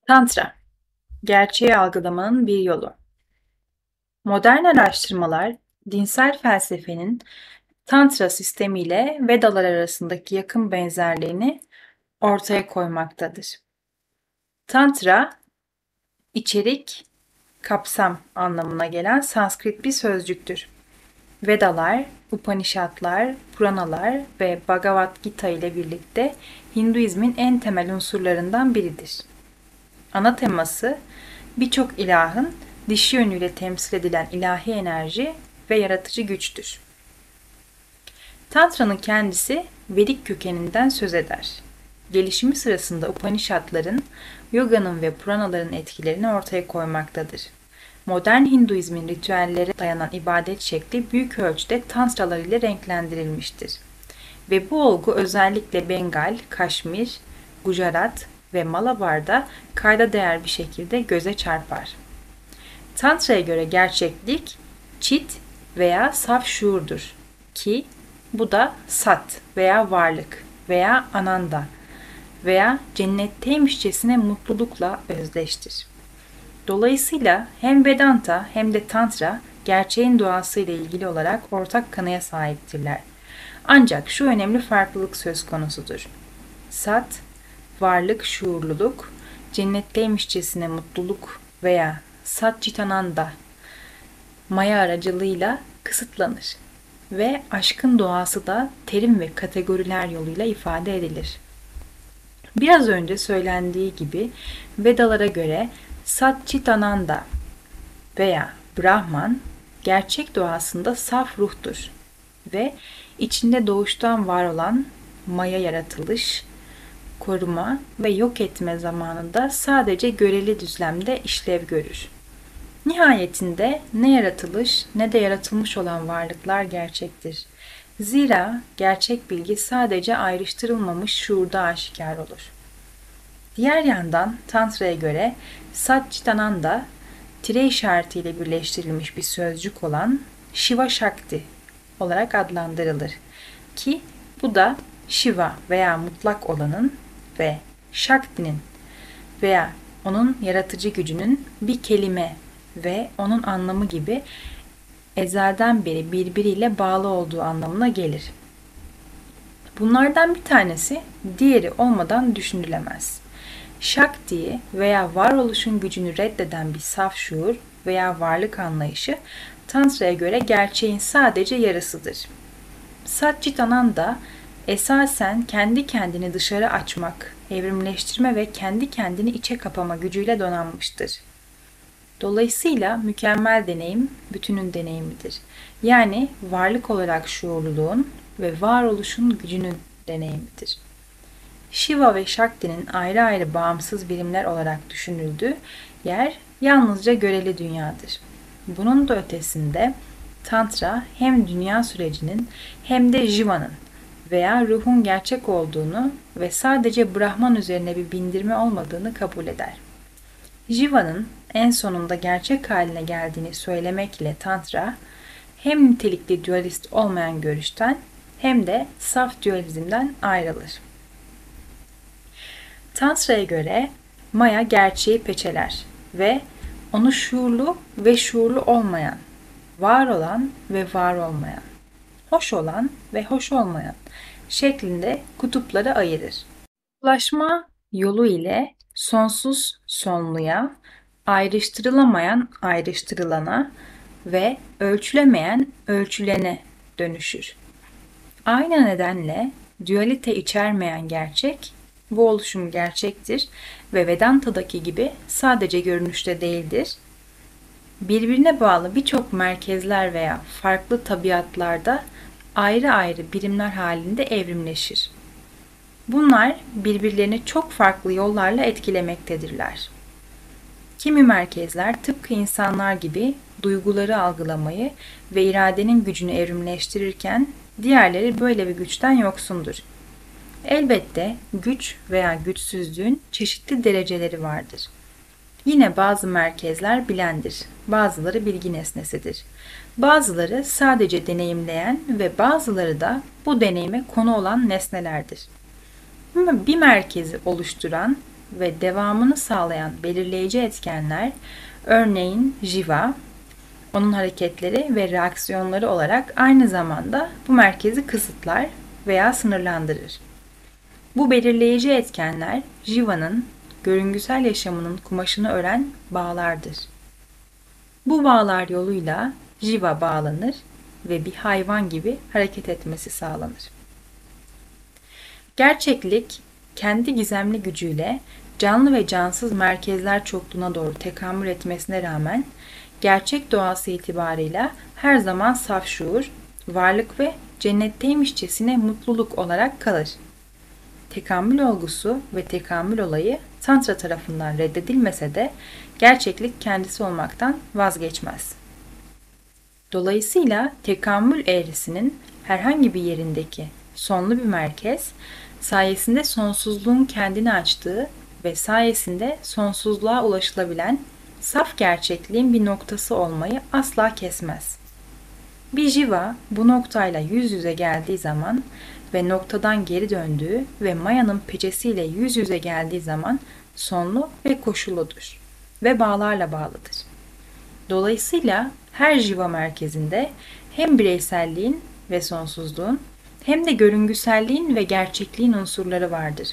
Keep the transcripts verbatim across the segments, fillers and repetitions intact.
Tantra, gerçeği algılamanın bir yolu. Modern araştırmalar, dinsel felsefenin Tantra sistemiyle Vedalar arasındaki yakın benzerliğini ortaya koymaktadır. Tantra, içerik, kapsam anlamına gelen Sanskrit bir sözcüktür. Vedalar, Upanishadlar, Puranalar ve Bhagavad Gita ile birlikte Hinduizmin en temel unsurlarından biridir. Ana teması birçok ilahın dişi yönüyle temsil edilen ilahi enerji ve yaratıcı güçtür. Tantra'nın kendisi Vedik kökeninden söz eder. Gelişimi sırasında Upanishadların, Yoga'nın ve Puranaların etkilerini ortaya koymaktadır. Modern Hinduizmin ritüellere dayanan ibadet şekli büyük ölçüde tantralar ile renklendirilmiştir. Ve bu olgu özellikle Bengal, Kaşmir, Gujarat ve Malabar'da kayda değer bir şekilde göze çarpar. Tantra'ya göre gerçeklik, çit veya saf şuurdur ki bu da sat veya varlık veya ananda veya cennetteymişçesine mutlulukla özdeştir. Dolayısıyla hem Vedanta hem de Tantra gerçeğin doğasıyla ilgili olarak ortak kanıya sahiptirler. Ancak şu önemli farklılık söz konusudur. Sat, varlık, şuurluluk, cennetteymişçesine mutluluk veya Satchitananda, maya aracılığıyla kısıtlanır ve aşkın doğası da terim ve kategoriler yoluyla ifade edilir. Biraz önce söylendiği gibi Vedalara göre Satchitananda veya Brahman gerçek doğasında saf ruhtur ve içinde doğuştan var olan maya yaratılış, koruma ve yok etme zamanında sadece göreli düzlemde işlev görür. Nihayetinde ne yaratılış ne de yaratılmış olan varlıklar gerçektir. Zira gerçek bilgi sadece ayrıştırılmamış şuurda aşikar olur. Diğer yandan Tantra'ya göre Satchitananda, tire işaretiyle birleştirilmiş bir sözcük olan Shiva Shakti olarak adlandırılır ki bu da Shiva veya mutlak olanın ve Shakti'nin veya onun yaratıcı gücünün bir kelime ve onun anlamı gibi ezelden beri birbiriyle bağlı olduğu anlamına gelir. Bunlardan bir tanesi diğeri olmadan düşünülemez. Shakti'yi veya varoluşun gücünü reddeden bir saf şuur veya varlık anlayışı Tantra'ya göre gerçeğin sadece yarısıdır. Satchitananda esasen kendi kendini dışarı açmak, evrimleştirme ve kendi kendini içe kapama gücüyle donanmıştır. Dolayısıyla mükemmel deneyim bütünün deneyimidir. Yani varlık olarak şuurluluğun ve varoluşun gücünün deneyimidir. Shiva ve Shakti'nin ayrı ayrı bağımsız birimler olarak düşünüldüğü yer yalnızca göreli dünyadır. Bunun da ötesinde Tantra hem dünya sürecinin hem de Jiva'nın veya ruhun gerçek olduğunu ve sadece Brahman üzerine bir bindirme olmadığını kabul eder. Jiva'nın en sonunda gerçek haline geldiğini söylemekle Tantra, hem nitelikli dualist olmayan görüşten hem de saf dualizmden ayrılır. Tantra'ya göre Maya gerçeği peçeler ve onu şuurlu ve şuurlu olmayan, var olan ve var olmayan, hoş olan ve hoş olmayan şeklinde kutuplara ayırır. Ulaşma yolu ile sonsuz sonluya, ayrıştırılamayan ayrıştırılana ve ölçülemeyen ölçülene dönüşür. Aynı nedenle dualite içermeyen gerçek, bu oluşum gerçektir ve Vedanta'daki gibi sadece görünüşte değildir. Birbirine bağlı birçok merkezler veya farklı tabiatlarda ayrı ayrı birimler halinde evrimleşir. Bunlar birbirlerini çok farklı yollarla etkilemektedirler. Kimi merkezler tıpkı insanlar gibi duyguları algılamayı ve iradenin gücünü evrimleştirirken diğerleri böyle bir güçten yoksundur. Elbette güç veya güçsüzlüğün çeşitli dereceleri vardır. Yine bazı merkezler bilendir, bazıları bilgi nesnesidir. Bazıları sadece deneyimleyen ve bazıları da bu deneyime konu olan nesnelerdir. Bir merkezi oluşturan ve devamını sağlayan belirleyici etkenler, örneğin jiva, onun hareketleri ve reaksiyonları olarak aynı zamanda bu merkezi kısıtlar veya sınırlandırır. Bu belirleyici etkenler, jivanın görüngüsel yaşamının kumaşını ören bağlardır. Bu bağlar yoluyla jiva bağlanır ve bir hayvan gibi hareket etmesi sağlanır. Gerçeklik, kendi gizemli gücüyle canlı ve cansız merkezler çokluğuna doğru tekamül etmesine rağmen, gerçek doğası itibarıyla her zaman saf şuur, varlık ve cennetteymişçesine mutluluk olarak kalır. Tekamül olgusu ve tekamül olayı Tantra tarafından reddedilmese de gerçeklik kendisi olmaktan vazgeçmez. Dolayısıyla tekamül eğrisinin herhangi bir yerindeki sonlu bir merkez, sayesinde sonsuzluğun kendini açtığı ve sayesinde sonsuzluğa ulaşılabilen saf gerçekliğin bir noktası olmayı asla kesmez. Bir jiva bu noktayla yüz yüze geldiği zaman ve noktadan geri döndüğü ve mayanın peçesiyle yüz yüze geldiği zaman sonlu ve koşulludur ve bağlarla bağlıdır. Dolayısıyla her jiva merkezinde hem bireyselliğin ve sonsuzluğun hem de görüngüselliğin ve gerçekliğin unsurları vardır.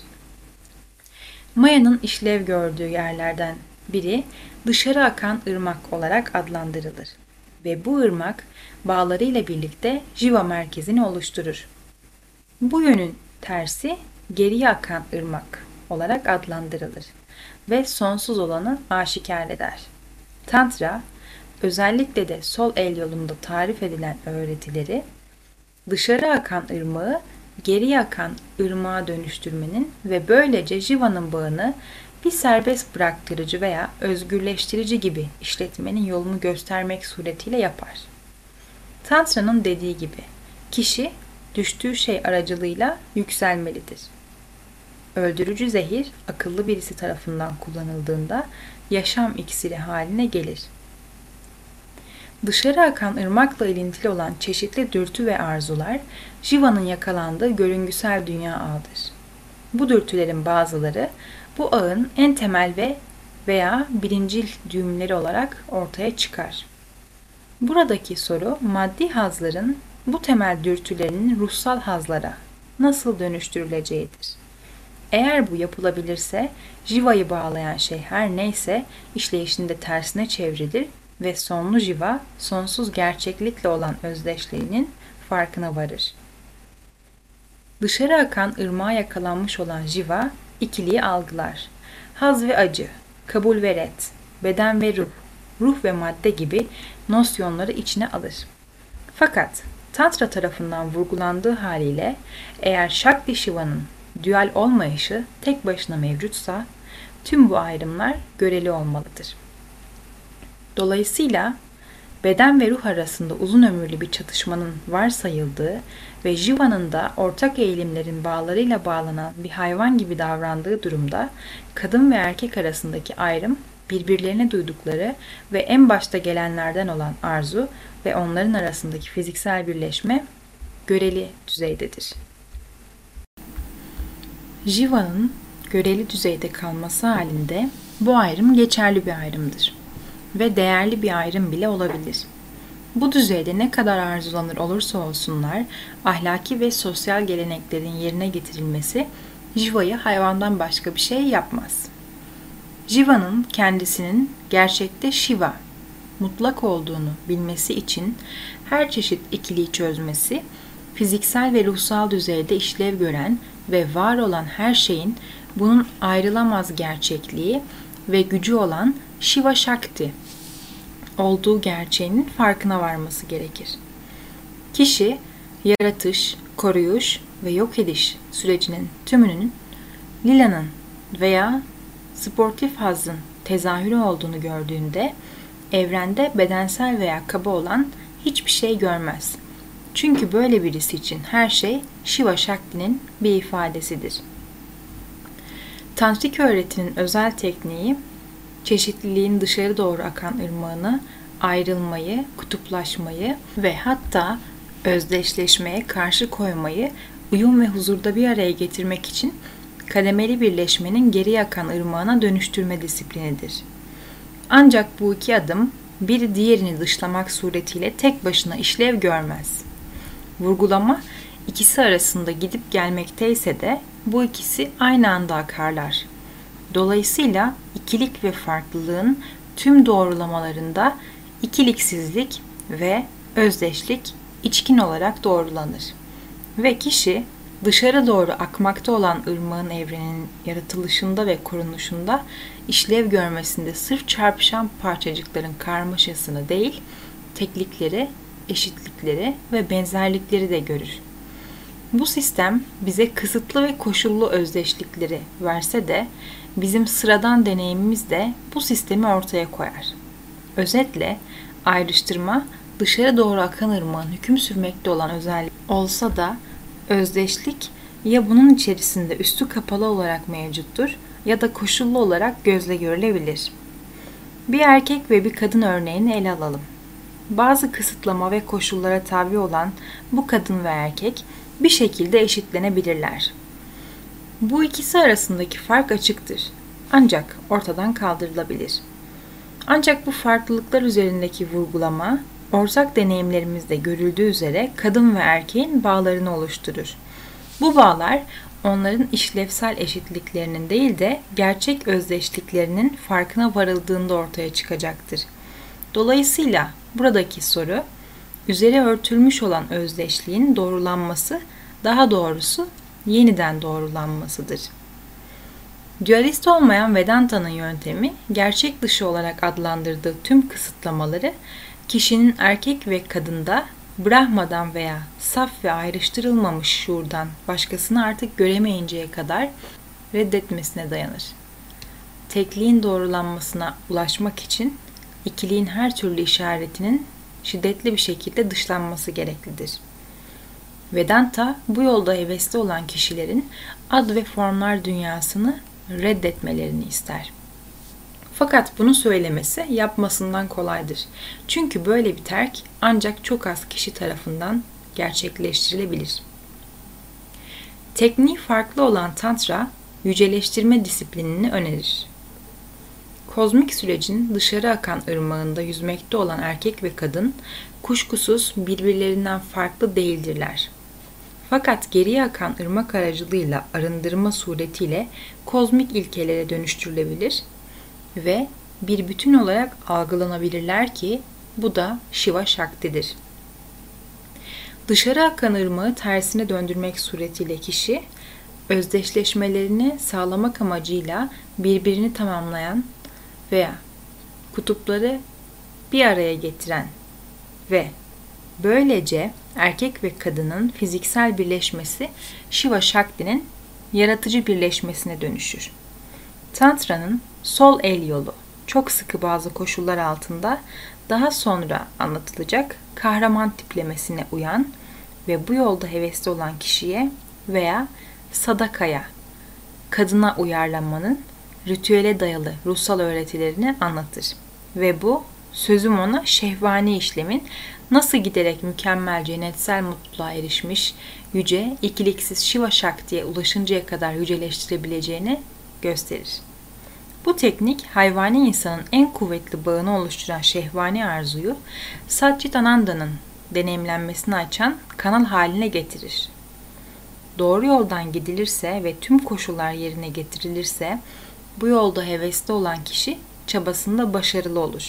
Maya'nın işlev gördüğü yerlerden biri dışarı akan ırmak olarak adlandırılır ve bu ırmak bağlarıyla birlikte jiva merkezini oluşturur. Bu yönün tersi geriye akan ırmak olarak adlandırılır ve sonsuz olanı aşikar eder. Tantra, özellikle de sol el yolunda tarif edilen öğretileri, dışarı akan ırmağı geriye akan ırmağa dönüştürmenin ve böylece jivanın bağını bir serbest bıraktırıcı veya özgürleştirici gibi işletmenin yolunu göstermek suretiyle yapar. Tantra'nın dediği gibi, kişi düştüğü şey aracılığıyla yükselmelidir. Öldürücü zehir, akıllı birisi tarafından kullanıldığında yaşam iksiri haline gelir. Dışarı akan ırmakla ilintili olan çeşitli dürtü ve arzular, jivanın yakalandığı görüngüsel dünya ağıdır. Bu dürtülerin bazıları, bu ağın en temel ve veya birincil düğümleri olarak ortaya çıkar. Buradaki soru, maddi hazların bu temel dürtülerinin ruhsal hazlara nasıl dönüştürüleceğidir. Eğer bu yapılabilirse, jivayı bağlayan şey her neyse işleyişinde tersine çevrilir ve sonlu jiva, sonsuz gerçeklikle olan özdeşliğinin farkına varır. Dışarı akan ırmağa yakalanmış olan jiva, ikiliği algılar. Haz ve acı, kabul ve ret, beden ve ruh, ruh ve madde gibi nosyonları içine alır. Fakat Tantra tarafından vurgulandığı haliyle eğer Shakti Shiva'nın düal olmayışı tek başına mevcutsa tüm bu ayrımlar göreli olmalıdır. Dolayısıyla beden ve ruh arasında uzun ömürlü bir çatışmanın varsayıldığı ve jivanın da ortak eğilimlerin bağlarıyla bağlanan bir hayvan gibi davrandığı durumda kadın ve erkek arasındaki ayrım birbirlerine duydukları ve en başta gelenlerden olan arzu ve onların arasındaki fiziksel birleşme göreli düzeydedir. Jivanın göreli düzeyde kalması halinde bu ayrım geçerli bir ayrımdır ve değerli bir ayrım bile olabilir. Bu düzeyde ne kadar arzulanır olursa olsunlar, ahlaki ve sosyal geleneklerin yerine getirilmesi jivayı hayvandan başka bir şey yapmaz. Jivanın kendisinin gerçekte Shiva, mutlak olduğunu bilmesi için her çeşit ikiliği çözmesi, fiziksel ve ruhsal düzeyde işlev gören ve var olan her şeyin bunun ayrılamaz gerçekliği ve gücü olan Shiva Shakti olduğu gerçeğinin farkına varması gerekir. Kişi, yaratış, koruyuş ve yok ediş sürecinin tümünün Lila'nın veya sportif hazın tezahürü olduğunu gördüğünde evrende bedensel veya kaba olan hiçbir şey görmez. Çünkü böyle birisi için her şey Shiva Shakti'nin bir ifadesidir. Tantrik öğretinin özel tekniği, çeşitliliğin dışarı doğru akan ırmağını, ayrılmayı, kutuplaşmayı ve hatta özdeşleşmeye karşı koymayı uyum ve huzurda bir araya getirmek için kademeli birleşmenin geri akan ırmağına dönüştürme disiplinidir. Ancak bu iki adım biri diğerini dışlamak suretiyle tek başına işlev görmez. Vurgulama ikisi arasında gidip gelmekteyse de bu ikisi aynı anda akarlar. Dolayısıyla ikilik ve farklılığın tüm doğrulamalarında ikiliksizlik ve özdeşlik içkin olarak doğrulanır. Ve kişi dışarı doğru akmakta olan ırmağın evrenin yaratılışında ve korunuşunda işlev görmesinde sırf çarpışan parçacıkların karmaşasını değil, teklikleri, eşitlikleri ve benzerlikleri de görür. Bu sistem bize kısıtlı ve koşullu özdeşlikleri verse de bizim sıradan deneyimimiz de bu sistemi ortaya koyar. Özetle ayrıştırma dışarı doğru akan ırmağın hüküm sürmekte olan özellik olsa da özdeşlik ya bunun içerisinde üstü kapalı olarak mevcuttur ya da koşullu olarak gözle görülebilir. Bir erkek ve bir kadın örneğini ele alalım. Bazı kısıtlama ve koşullara tabi olan bu kadın ve erkek bir şekilde eşitlenebilirler. Bu ikisi arasındaki fark açıktır. Ancak ortadan kaldırılabilir. Ancak bu farklılıklar üzerindeki vurgulama, ortak deneyimlerimizde görüldüğü üzere kadın ve erkeğin bağlarını oluşturur. Bu bağlar onların işlevsel eşitliklerinin değil de gerçek özdeşliklerinin farkına varıldığında ortaya çıkacaktır. Dolayısıyla buradaki soru, üzeri örtülmüş olan özdeşliğin doğrulanması, daha doğrusu yeniden doğrulanmasıdır. Dualist olmayan Vedanta'nın yöntemi, gerçek dışı olarak adlandırdığı tüm kısıtlamaları, kişinin erkek ve kadında Brahma'dan veya saf ve ayrıştırılmamış şuurdan başkasını artık göremeyinceye kadar reddetmesine dayanır. Tekliğin doğrulanmasına ulaşmak için ikiliğin her türlü işaretinin şiddetli bir şekilde dışlanması gereklidir. Vedanta, bu yolda hevesli olan kişilerin ad ve formlar dünyasını reddetmelerini ister. Fakat bunu söylemesi yapmasından kolaydır. Çünkü böyle bir terk ancak çok az kişi tarafından gerçekleştirilebilir. Tekniği farklı olan Tantra, yüceleştirme disiplinini önerir. Kozmik sürecin dışarı akan ırmağında yüzmekte olan erkek ve kadın, kuşkusuz birbirlerinden farklı değildirler. Fakat geriye akan ırmak aracılığıyla arındırma suretiyle kozmik ilkelere dönüştürülebilir ve bir bütün olarak algılanabilirler ki bu da Shiva Shakti'dir. Dışarı akan ırmağı tersine döndürmek suretiyle kişi, özdeşleşmelerini sağlamak amacıyla birbirini tamamlayan veya kutupları bir araya getiren ve böylece erkek ve kadının fiziksel birleşmesi Shiva Shakti'nin yaratıcı birleşmesine dönüşür. Tantra'nın sol el yolu çok sıkı bazı koşullar altında daha sonra anlatılacak kahraman tiplemesine uyan ve bu yolda hevesli olan kişiye veya sadakaya, kadına uyarlanmanın ritüele dayalı ruhsal öğretilerini anlatır. Ve bu, sözüm ona şehvani işlemin nasıl giderek mükemmel cennetsel mutluluğa erişmiş, yüce, ikiliksiz Shiva Shakti'ye ulaşıncaya kadar yüceleştirebileceğini gösterir. Bu teknik, hayvani insanın en kuvvetli bağını oluşturan şehvani arzuyu, Satchitananda'nın deneyimlenmesini açan kanal haline getirir. Doğru yoldan gidilirse ve tüm koşullar yerine getirilirse, bu yolda hevesli olan kişi çabasında başarılı olur.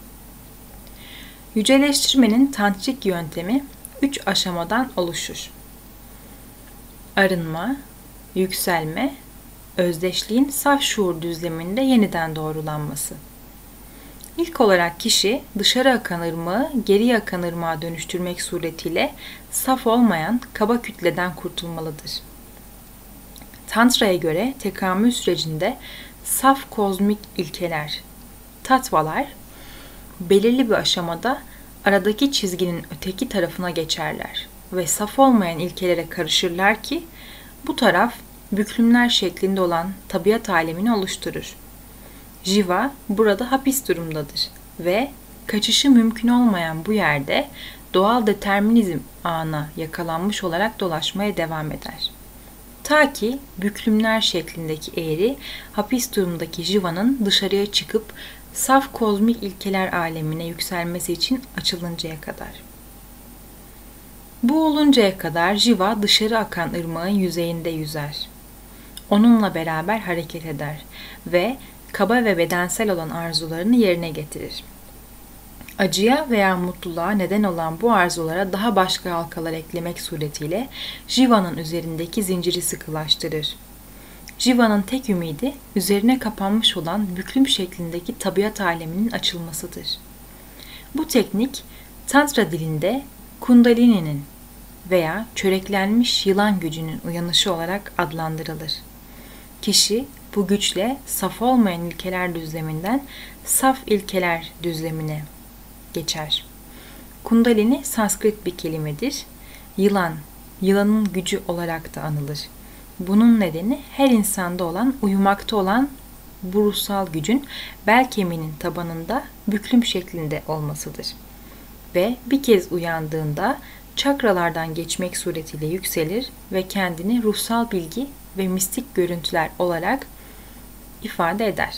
Yüceleştirmenin tantrik yöntemi üç aşamadan oluşur. Arınma, yükselme, özdeşliğin saf şuur düzleminde yeniden doğrulanması. İlk olarak kişi dışarı akan ırmağı geri akan ırmağa dönüştürmek suretiyle saf olmayan kaba kütleden kurtulmalıdır. Tantra'ya göre tekamül sürecinde saf kozmik ilkeler, tatvalar, belirli bir aşamada aradaki çizginin öteki tarafına geçerler ve saf olmayan ilkelere karışırlar ki bu taraf büklümler şeklinde olan tabiat alemini oluşturur. Jiva burada hapis durumdadır ve kaçışı mümkün olmayan bu yerde doğal determinizm ağına yakalanmış olarak dolaşmaya devam eder. Ta ki büklümler şeklindeki eğri, hapis durumdaki Jiva'nın dışarıya çıkıp saf kozmik ilkeler alemine yükselmesi için açılıncaya kadar. Bu oluncaya kadar Jiva dışarı akan ırmağın yüzeyinde yüzer. Onunla beraber hareket eder ve kaba ve bedensel olan arzularını yerine getirir. Acıya veya mutluluğa neden olan bu arzulara daha başka halkalar eklemek suretiyle Jiva'nın üzerindeki zinciri sıkılaştırır. Jiva'nın tek ümidi üzerine kapanmış olan büklüm şeklindeki tabiat aleminin açılmasıdır. Bu teknik Tantra dilinde Kundalini'nin veya çöreklenmiş yılan gücünün uyanışı olarak adlandırılır. Kişi bu güçle saf olmayan ilkeler düzleminden saf ilkeler düzlemine geçer. Kundalini Sanskrit bir kelimedir. Yılan, yılanın gücü olarak da anılır. Bunun nedeni her insanda olan, uyumakta olan bu ruhsal gücün bel kemiğinin tabanında büklüm şeklinde olmasıdır. Ve bir kez uyandığında çakralardan geçmek suretiyle yükselir ve kendini ruhsal bilgi ve mistik görüntüler olarak ifade eder.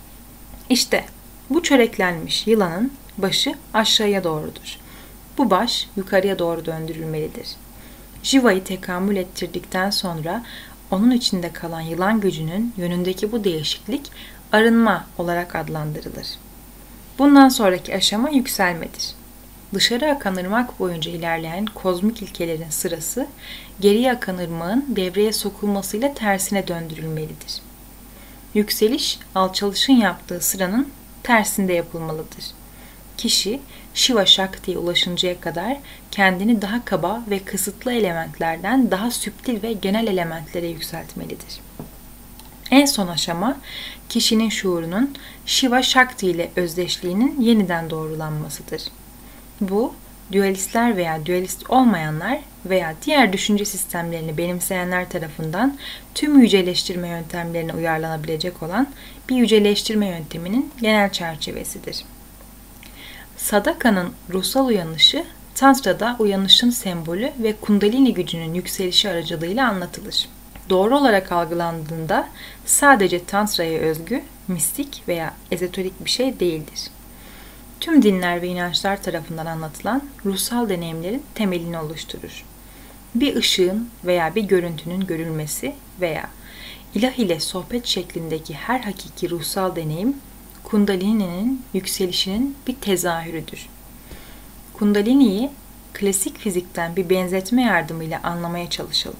İşte bu çöreklenmiş yılanın başı aşağıya doğrudur. Bu baş yukarıya doğru döndürülmelidir. Jiva'yı tekamül ettirdikten sonra onun içinde kalan yılan gücünün yönündeki bu değişiklik arınma olarak adlandırılır. Bundan sonraki aşama yükselmedir. Dışarı akan ırmak boyunca ilerleyen kozmik ilkelerin sırası, geriye akan ırmağın devreye sokulmasıyla tersine döndürülmelidir. Yükseliş, alçalışın yaptığı sıranın tersinde yapılmalıdır. Kişi, Shiva Shakti'ye ulaşıncaya kadar kendini daha kaba ve kısıtlı elementlerden daha süptil ve genel elementlere yükseltmelidir. En son aşama, kişinin şuurunun Shiva Shakti ile özdeşliğinin yeniden doğrulanmasıdır. Bu, dualistler veya dualist olmayanlar veya diğer düşünce sistemlerini benimseyenler tarafından tüm yüceleştirme yöntemlerine uyarlanabilecek olan bir yüceleştirme yönteminin genel çerçevesidir. Sadaka'nın ruhsal uyanışı, Tantra'da uyanışın sembolü ve Kundalini gücünün yükselişi aracılığıyla anlatılır. Doğru olarak algılandığında sadece Tantra'ya özgü, mistik veya ezoterik bir şey değildir. Tüm dinler ve inançlar tarafından anlatılan ruhsal deneyimlerin temelini oluşturur. Bir ışığın veya bir görüntünün görülmesi veya ilah ile sohbet şeklindeki her hakiki ruhsal deneyim, Kundalini'nin yükselişinin bir tezahürüdür. Kundalini'yi klasik fizikten bir benzetme yardımıyla anlamaya çalışalım.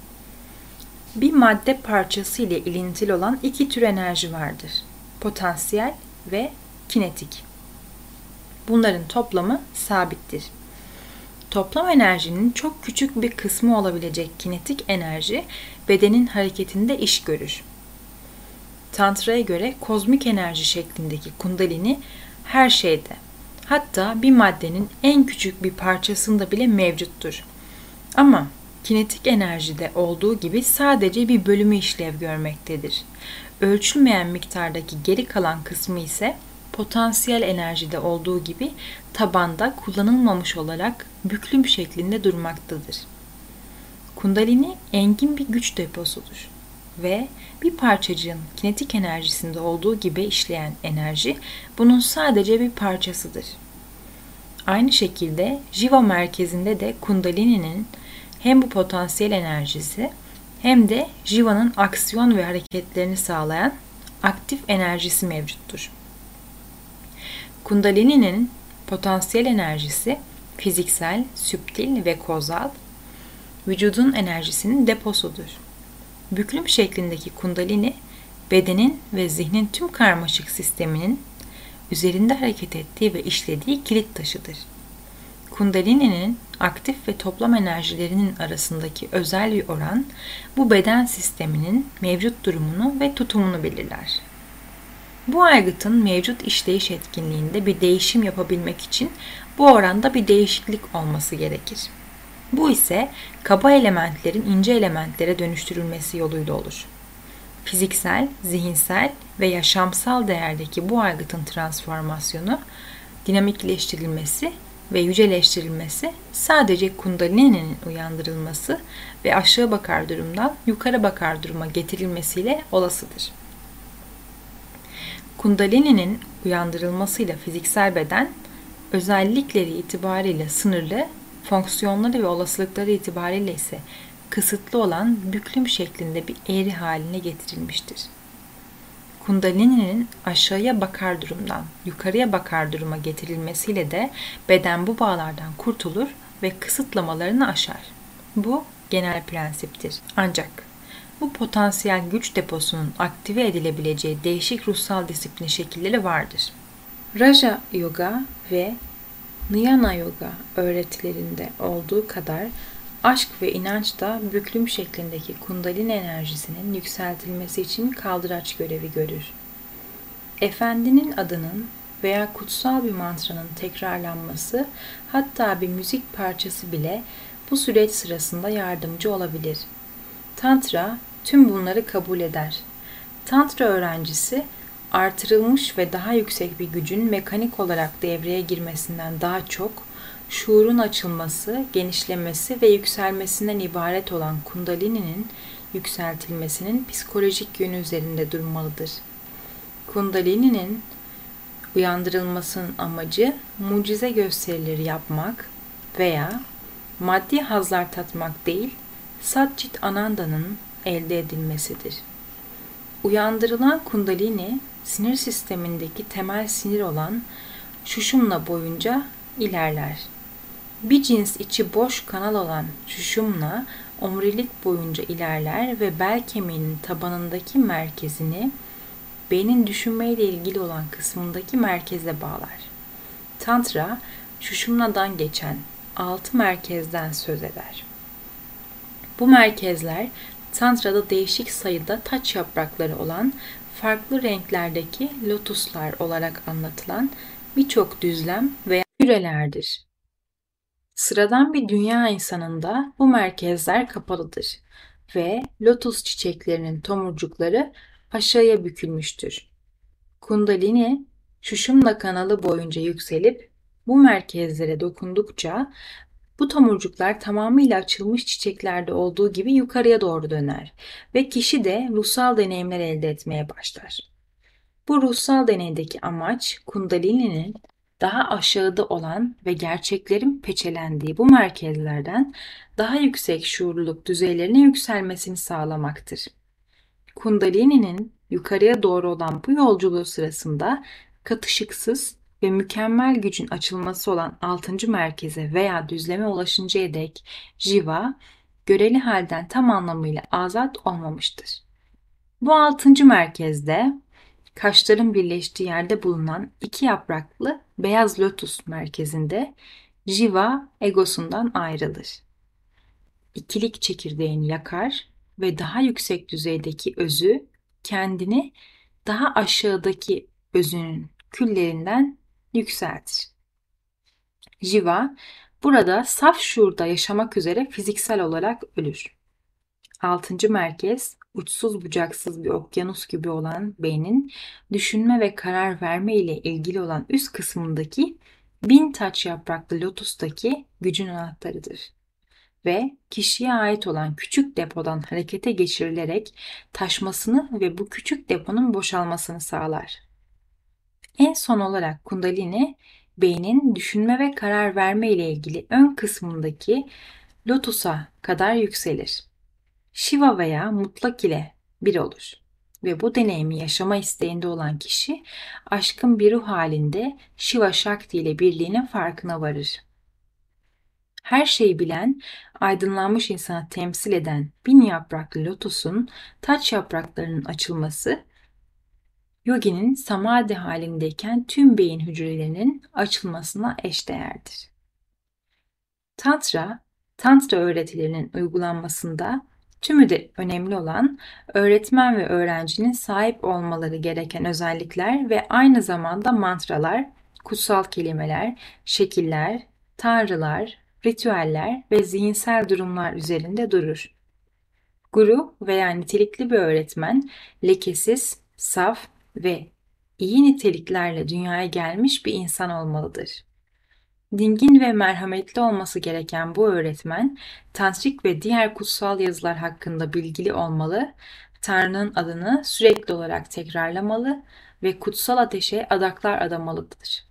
Bir madde parçası ile ilintili olan iki tür enerji vardır. Potansiyel ve kinetik. Bunların toplamı sabittir. Toplam enerjinin çok küçük bir kısmı olabilecek kinetik enerji bedenin hareketinde iş görür. Tantra'ya göre kozmik enerji şeklindeki kundalini her şeyde, hatta bir maddenin en küçük bir parçasında bile mevcuttur. Ama kinetik enerjide olduğu gibi sadece bir bölümü işlev görmektedir. Ölçülmeyen miktardaki geri kalan kısmı ise potansiyel enerjide olduğu gibi tabanda kullanılmamış olarak büklüm şeklinde durmaktadır. Kundalini engin bir güç deposudur ve bir parçacığın kinetik enerjisinde olduğu gibi işleyen enerji bunun sadece bir parçasıdır. Aynı şekilde Jiva merkezinde de Kundalini'nin hem bu potansiyel enerjisi hem de Jiva'nın aksiyon ve hareketlerini sağlayan aktif enerjisi mevcuttur. Kundalini'nin potansiyel enerjisi fiziksel, süptil ve kozal, vücudun enerjisinin deposudur. Büklüm şeklindeki kundalini, bedenin ve zihnin tüm karmaşık sisteminin üzerinde hareket ettiği ve işlediği kilit taşıdır. Kundalini'nin aktif ve toplam enerjilerinin arasındaki özel bir oran, bu beden sisteminin mevcut durumunu ve tutumunu belirler. Bu aygıtın mevcut işleyiş etkinliğinde bir değişim yapabilmek için bu oranda bir değişiklik olması gerekir. Bu ise kaba elementlerin ince elementlere dönüştürülmesi yoluyla olur. Fiziksel, zihinsel ve yaşamsal değerdeki bu aygıtın transformasyonu, dinamikleştirilmesi ve yüceleştirilmesi sadece Kundalini'nin uyandırılması ve aşağı bakar durumdan yukarı bakar duruma getirilmesiyle olasıdır. Kundalini'nin uyandırılmasıyla fiziksel beden, özellikleri itibariyle sınırlı, fonksiyonları ve olasılıkları itibariyle ise kısıtlı olan büklüm şeklinde bir eğri haline getirilmiştir. Kundalini'nin aşağıya bakar durumdan yukarıya bakar duruma getirilmesiyle de beden bu bağlardan kurtulur ve kısıtlamalarını aşar. Bu genel prensiptir. Ancak bu potansiyel güç deposunun aktive edilebileceği değişik ruhsal disiplin şekilleri vardır. Raja Yoga ve Jnana Yoga öğretilerinde olduğu kadar aşk ve inanç da büklüm şeklindeki kundalini enerjisinin yükseltilmesi için kaldıraç görevi görür. Efendinin adının veya kutsal bir mantranın tekrarlanması, hatta bir müzik parçası bile bu süreç sırasında yardımcı olabilir. Tantra tüm bunları kabul eder. Tantra öğrencisi, artırılmış ve daha yüksek bir gücün mekanik olarak devreye girmesinden daha çok, şuurun açılması, genişlemesi ve yükselmesinden ibaret olan Kundalini'nin yükseltilmesinin psikolojik yönü üzerinde durmalıdır. Kundalini'nin uyandırılmasının amacı mucize gösterileri yapmak veya maddi hazlar tatmak değil, Satchit Ananda'nın elde edilmesidir. Uyandırılan Kundalini, sinir sistemindeki temel sinir olan Sushumna boyunca ilerler. Bir cins içi boş kanal olan Sushumna, omurilik boyunca ilerler ve bel kemiğinin tabanındaki merkezini beynin düşünmeyle ilgili olan kısmındaki merkeze bağlar. Tantra, Sushumna'dan geçen altı merkezden söz eder. Bu merkezler, Tantra'da değişik sayıda taç yaprakları olan farklı renklerdeki lotuslar olarak anlatılan birçok düzlem veya kürelerdir. Sıradan bir dünya insanında bu merkezler kapalıdır ve lotus çiçeklerinin tomurcukları aşağıya bükülmüştür. Kundalini, Sushumna kanalı boyunca yükselip bu merkezlere dokundukça bu tomurcuklar tamamıyla açılmış çiçeklerde olduğu gibi yukarıya doğru döner ve kişi de ruhsal deneyimler elde etmeye başlar. Bu ruhsal deneydeki amaç Kundalini'nin daha aşağıda olan ve gerçeklerin peçelendiği bu merkezlerden daha yüksek şuurluluk düzeylerine yükselmesini sağlamaktır. Kundalini'nin yukarıya doğru olan bu yolculuğu sırasında katışıksız ve mükemmel gücün açılması olan altıncı merkeze veya düzleme ulaşıncaya dek jiva, göreli halden tam anlamıyla azat olmamıştır. Bu altıncı merkezde kaşların birleştiği yerde bulunan iki yapraklı beyaz lotus merkezinde jiva egosundan ayrılır. İkilik çekirdeğini yakar ve daha yüksek düzeydeki özü kendini daha aşağıdaki özünün küllerinden yükseltir. Jiva burada saf şuurda yaşamak üzere fiziksel olarak ölür. Altıncı merkez, uçsuz bucaksız bir okyanus gibi olan beynin düşünme ve karar verme ile ilgili olan üst kısmındaki bin taç yapraklı lotustaki gücün anahtarıdır. Ve kişiye ait olan küçük depodan harekete geçirilerek taşmasını ve bu küçük deponun boşalmasını sağlar. En son olarak Kundalini, beynin düşünme ve karar verme ile ilgili ön kısmındaki lotusa kadar yükselir. Shiva veya mutlak ile bir olur ve bu deneyimi yaşama isteğinde olan kişi aşkın bir ruh halinde Shiva Shakti ile birliğinin farkına varır. Her şeyi bilen, aydınlanmış insanı temsil eden bin yapraklı lotusun taç yapraklarının açılması, yoginin samadhi halindeyken tüm beyin hücrelerinin açılmasına eşdeğerdir. Tantra, Tantra öğretilerinin uygulanmasında tümü de önemli olan öğretmen ve öğrencinin sahip olmaları gereken özellikler ve aynı zamanda mantralar, kutsal kelimeler, şekiller, tanrılar, ritüeller ve zihinsel durumlar üzerinde durur. Guru veya nitelikli bir öğretmen, lekesiz, saf ve iyi niteliklerle dünyaya gelmiş bir insan olmalıdır. Dingin ve merhametli olması gereken bu öğretmen, tantrik ve diğer kutsal yazılar hakkında bilgili olmalı, Tanrı'nın adını sürekli olarak tekrarlamalı ve kutsal ateşe adaklar adamalıdır.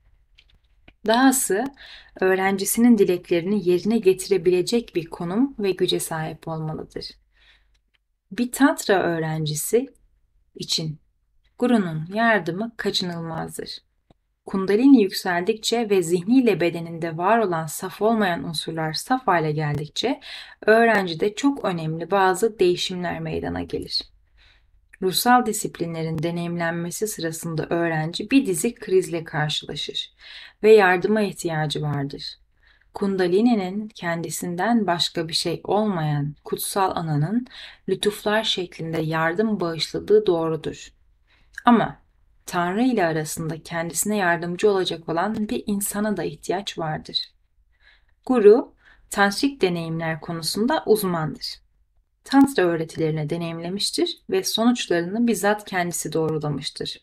Dahası, öğrencisinin dileklerini yerine getirebilecek bir konum ve güce sahip olmalıdır. Bir tantra öğrencisi için Guru'nun yardımı kaçınılmazdır. Kundalini yükseldikçe ve zihniyle bedeninde var olan saf olmayan unsurlar saf hale geldikçe öğrencide çok önemli bazı değişimler meydana gelir. Ruhsal disiplinlerin deneyimlenmesi sırasında öğrenci bir dizi krizle karşılaşır ve yardıma ihtiyacı vardır. Kundalini'nin kendisinden başka bir şey olmayan kutsal ananın lütuflar şeklinde yardım bağışladığı doğrudur. Ama Tanrı ile arasında kendisine yardımcı olacak olan bir insana da ihtiyaç vardır. Guru, tantrik deneyimler konusunda uzmandır. Tantra öğretilerini deneyimlemiştir ve sonuçlarını bizzat kendisi doğrulamıştır.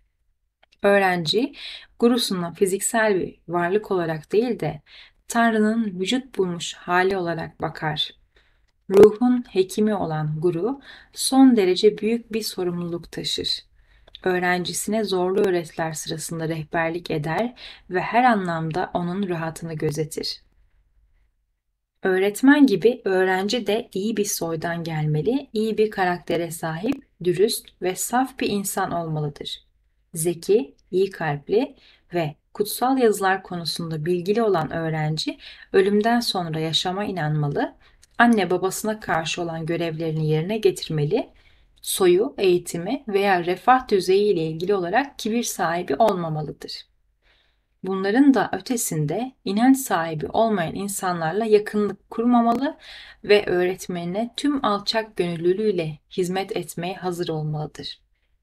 Öğrenci, gurusuna fiziksel bir varlık olarak değil de Tanrı'nın vücut bulmuş hali olarak bakar. Ruhun hekimi olan guru, son derece büyük bir sorumluluk taşır. Öğrencisine zorlu öğretiler sırasında rehberlik eder ve her anlamda onun rahatını gözetir. Öğretmen gibi öğrenci de iyi bir soydan gelmeli, iyi bir karaktere sahip, dürüst ve saf bir insan olmalıdır. Zeki, iyi kalpli ve kutsal yazılar konusunda bilgili olan öğrenci, ölümden sonra yaşama inanmalı, anne babasına karşı olan görevlerini yerine getirmeli, soyu, eğitimi veya refah düzeyi ile ilgili olarak kibir sahibi olmamalıdır. Bunların da ötesinde inanç sahibi olmayan insanlarla yakınlık kurmamalı ve öğretmenine tüm alçak gönüllülüğüyle hizmet etmeye hazır olmalıdır.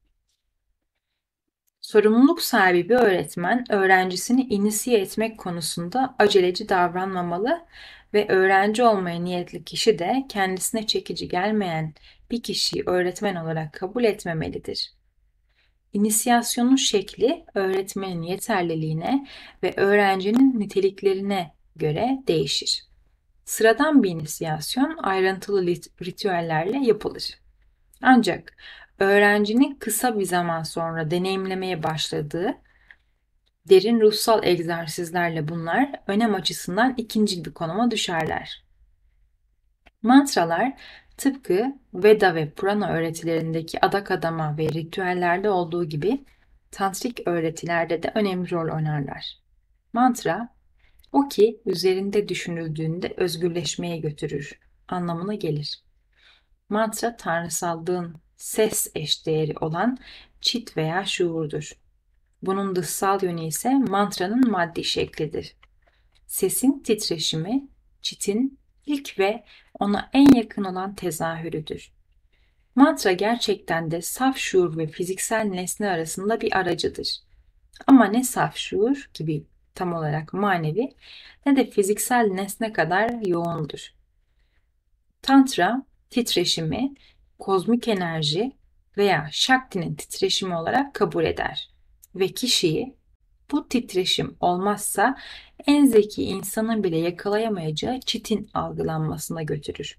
Sorumluluk sahibi bir öğretmen, öğrencisini inisiye etmek konusunda aceleci davranmamalı ve öğrenci olmaya niyetli kişi de kendisine çekici gelmeyen bir kişiyi öğretmen olarak kabul etmemelidir. İnisiyasyonun şekli öğretmenin yeterliliğine ve öğrencinin niteliklerine göre değişir. Sıradan bir inisiyasyon ayrıntılı ritüellerle yapılır. Ancak öğrencinin kısa bir zaman sonra deneyimlemeye başladığı derin ruhsal egzersizlerle bunlar önem açısından ikinci bir konuma düşerler. Mantralar tıpkı Veda ve Purana öğretilerindeki adak adama ve ritüellerde olduğu gibi tantrik öğretilerde de önemli rol oynarlar. Mantra, o ki üzerinde düşünüldüğünde özgürleşmeye götürür anlamına gelir. Mantra, tanrısallığın ses eşdeğeri olan çit veya şuurdur. Bunun dışsal yönü ise mantranın maddi şeklidir. Sesin titreşimi, çitin ilk ve ona en yakın olan tezahürüdür. Mantra gerçekten de saf şuur ve fiziksel nesne arasında bir aracıdır. Ama ne saf şuur gibi tam olarak manevi ne de fiziksel nesne kadar yoğundur. Tantra, titreşimi, kozmik enerji veya Shakti'nin titreşimi olarak kabul eder ve kişiyi bu titreşim olmazsa en zeki insanın bile yakalayamayacağı çitin algılanmasına götürür.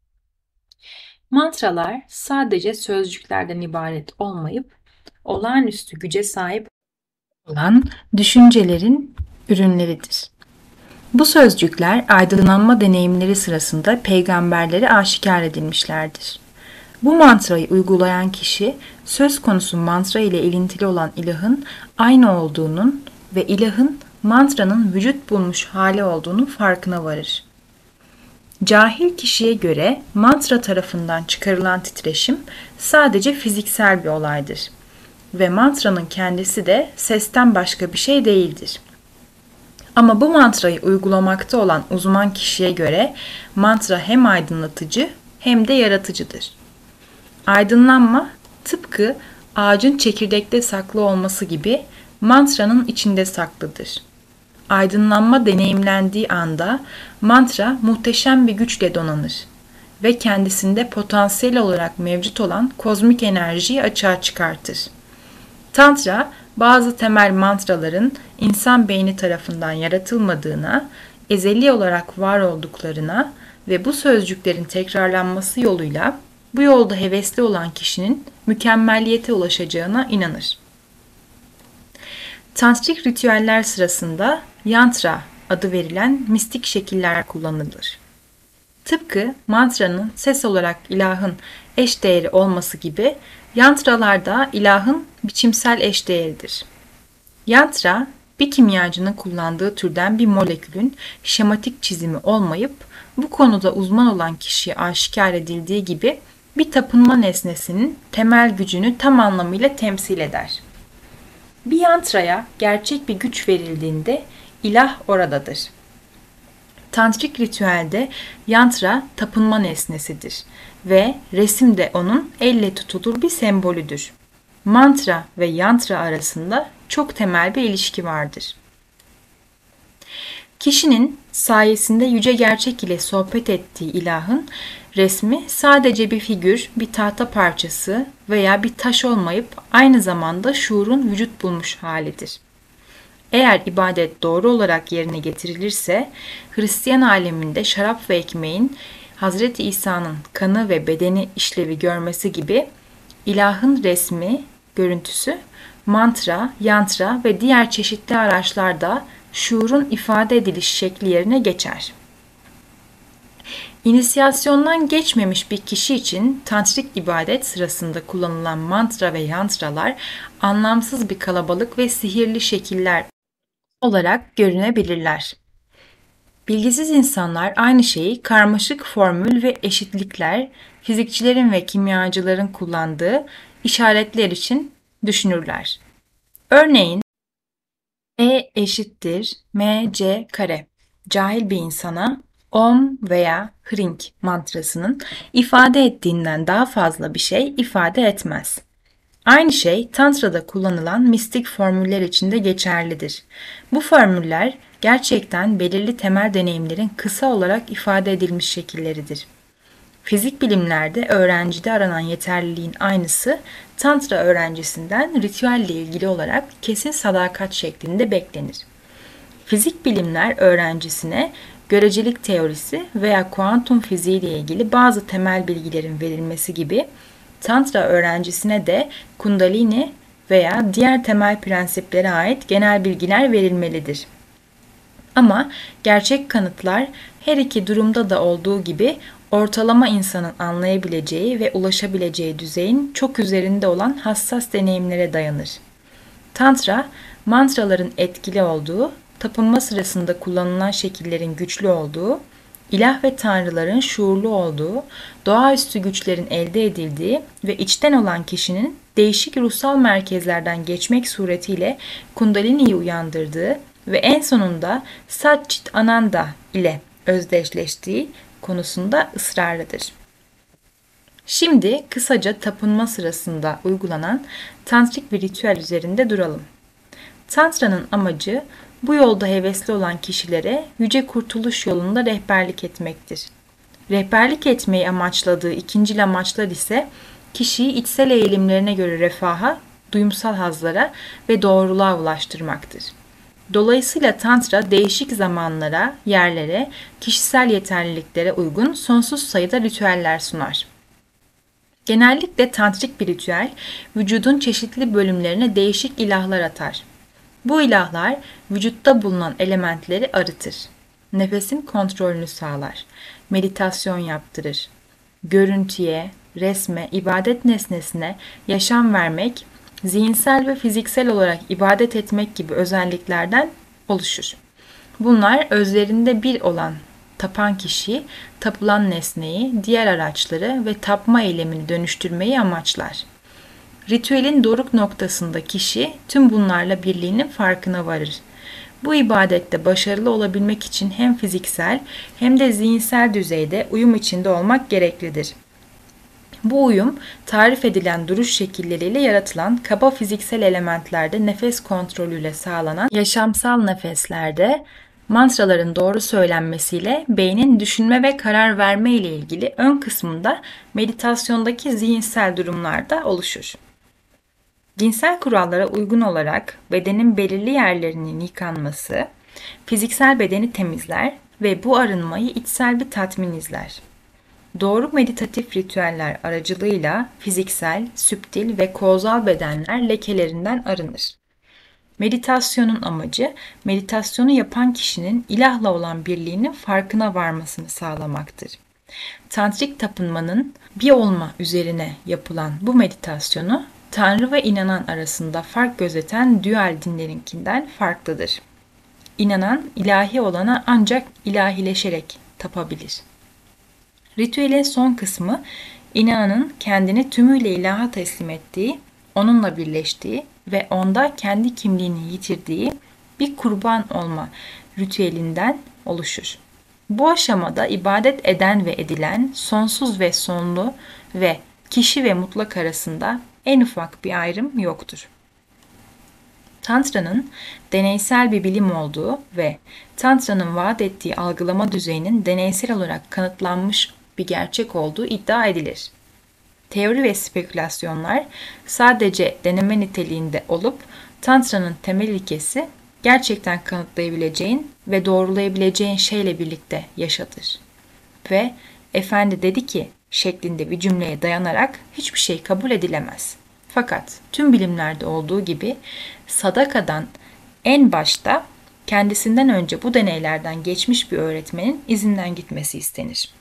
Mantralar sadece sözcüklerden ibaret olmayıp olağanüstü güce sahip olan düşüncelerin ürünleridir. Bu sözcükler aydınlanma deneyimleri sırasında peygamberlere aşikar edilmişlerdir. Bu mantrayı uygulayan kişi söz konusu mantra ile ilintili olan ilahın aynı olduğunun ve ilahın mantranın vücut bulmuş hali olduğunun farkına varır. Cahil kişiye göre mantra tarafından çıkarılan titreşim sadece fiziksel bir olaydır ve mantranın kendisi de sesten başka bir şey değildir. Ama bu mantrayı uygulamakta olan uzman kişiye göre mantra hem aydınlatıcı hem de yaratıcıdır. Aydınlanma tıpkı ağacın çekirdekte saklı olması gibi mantranın içinde saklıdır. Aydınlanma deneyimlendiği anda mantra muhteşem bir güçle donanır ve kendisinde potansiyel olarak mevcut olan kozmik enerjiyi açığa çıkartır. Tantra bazı temel mantraların insan beyni tarafından yaratılmadığına, ezeli olarak var olduklarına ve bu sözcüklerin tekrarlanması yoluyla bu yolda hevesli olan kişinin mükemmelliyete ulaşacağına inanır. Tantrik ritüeller sırasında yantra adı verilen mistik şekiller kullanılır. Tıpkı mantranın ses olarak ilahın eşdeğeri olması gibi yantralar da ilahın biçimsel eşdeğeridir. Yantra, bir kimyacının kullandığı türden bir molekülün şematik çizimi olmayıp bu konuda uzman olan kişiye aşikar edildiği gibi bir tapınma nesnesinin temel gücünü tam anlamıyla temsil eder. Bir yantraya gerçek bir güç verildiğinde ilah oradadır. Tantrik ritüelde yantra tapınma nesnesidir ve resim de onun elle tutulur bir sembolüdür. Mantra ve yantra arasında çok temel bir ilişki vardır. Kişinin sayesinde yüce gerçek ile sohbet ettiği ilahın resmi sadece bir figür, bir tahta parçası veya bir taş olmayıp aynı zamanda şuurun vücut bulmuş halidir. Eğer ibadet doğru olarak yerine getirilirse, Hristiyan aleminde şarap ve ekmeğin Hazreti İsa'nın kanı ve bedeni işlevi görmesi gibi ilahın resmi, görüntüsü, mantra, yantra ve diğer çeşitli araçlarda şuurun ifade ediliş şekli yerine geçer. İnisiyasyondan geçmemiş bir kişi için tantrik ibadet sırasında kullanılan mantra ve yantralar anlamsız bir kalabalık ve sihirli şekiller olarak görünebilirler. Bilgisiz insanlar aynı şeyi karmaşık formül ve eşitlikler, fizikçilerin ve kimyacıların kullandığı işaretler için düşünürler. Örneğin E eşittir mc kare. Cahil bir insana Om veya Hring mantrasının ifade ettiğinden daha fazla bir şey ifade etmez. Aynı şey Tantra'da kullanılan mistik formüller için de geçerlidir. Bu formüller gerçekten belirli temel deneyimlerin kısa olarak ifade edilmiş şekilleridir. Fizik bilimlerde öğrencide aranan yeterliliğin aynısı Tantra öğrencisinden ritüelle ilgili olarak kesin sadakat şeklinde beklenir. Fizik bilimler öğrencisine görecelik teorisi veya kuantum fiziği ile ilgili bazı temel bilgilerin verilmesi gibi Tantra öğrencisine de Kundalini veya diğer temel prensiplere ait genel bilgiler verilmelidir. Ama gerçek kanıtlar her iki durumda da olduğu gibi ortalama insanın anlayabileceği ve ulaşabileceği düzeyin çok üzerinde olan hassas deneyimlere dayanır. Tantra, mantraların etkili olduğu, tapınma sırasında kullanılan şekillerin güçlü olduğu, ilah ve tanrıların şuurlu olduğu, doğaüstü güçlerin elde edildiği ve içten olan kişinin değişik ruhsal merkezlerden geçmek suretiyle Kundalini'yi uyandırdığı ve en sonunda Satchit Ananda ile özdeşleştiği konusunda ısrarlıdır. Şimdi kısaca tapınma sırasında uygulanan tantrik bir ritüel üzerinde duralım. Tantra'nın amacı bu yolda hevesli olan kişilere yüce kurtuluş yolunda rehberlik etmektir. Rehberlik etmeyi amaçladığı ikincil amaçlar ise kişiyi içsel eğilimlerine göre refaha, duyumsal hazlara ve doğruluğa ulaştırmaktır. Dolayısıyla Tantra değişik zamanlara, yerlere, kişisel yeterliliklere uygun sonsuz sayıda ritüeller sunar. Genellikle tantrik bir ritüel, vücudun çeşitli bölümlerine değişik ilahlar atar. Bu ilahlar vücutta bulunan elementleri arıtır. Nefesin kontrolünü sağlar. Meditasyon yaptırır. Görüntüye, resme, ibadet nesnesine yaşam vermek, zihinsel ve fiziksel olarak ibadet etmek gibi özelliklerden oluşur. Bunlar özlerinde bir olan tapan kişiyi, tapılan nesneyi, diğer araçları ve tapma eylemini dönüştürmeyi amaçlar. Ritüelin doruk noktasında kişi tüm bunlarla birliğinin farkına varır. Bu ibadette başarılı olabilmek için hem fiziksel hem de zihinsel düzeyde uyum içinde olmak gereklidir. Bu uyum, tarif edilen duruş şekilleriyle yaratılan kaba fiziksel elementlerde nefes kontrolüyle sağlanan yaşamsal nefeslerde, mantraların doğru söylenmesiyle beynin düşünme ve karar verme ile ilgili ön kısmında meditasyondaki zihinsel durumlarda oluşur. Cinsel kurallara uygun olarak bedenin belirli yerlerinin yıkanması, fiziksel bedeni temizler ve bu arınmayı içsel bir tatmin izler. Doğru meditatif ritüeller aracılığıyla fiziksel, süptil ve kozal bedenler lekelerinden arınır. Meditasyonun amacı, meditasyonu yapan kişinin ilahla olan birliğinin farkına varmasını sağlamaktır. Tantrik tapınmanın bir olma üzerine yapılan bu meditasyonu, Tanrı ve inanan arasında fark gözeten dual dinlerinkinden farklıdır. İnanan, ilahi olana ancak ilahileşerek tapabilir. Ritüelin son kısmı, inananın kendini tümüyle ilaha teslim ettiği, onunla birleştiği ve onda kendi kimliğini yitirdiği bir kurban olma ritüelinden oluşur. Bu aşamada ibadet eden ve edilen, sonsuz ve sonlu ve kişi ve mutlak arasında en ufak bir ayrım yoktur. Tantra'nın deneysel bir bilim olduğu ve Tantra'nın vaat ettiği algılama düzeyinin deneysel olarak kanıtlanmış bir gerçek olduğu iddia edilir. Teori ve spekülasyonlar sadece deneme niteliğinde olup Tantra'nın temel ilkesi gerçekten kanıtlayabileceğin ve doğrulayabileceğin şeyle birlikte yaşatır. Ve efendi dedi ki şeklinde bir cümleye dayanarak hiçbir şey kabul edilemez. Fakat tüm bilimlerde olduğu gibi sadakadan en başta kendisinden önce bu deneylerden geçmiş bir öğretmenin izinden gitmesi istenir.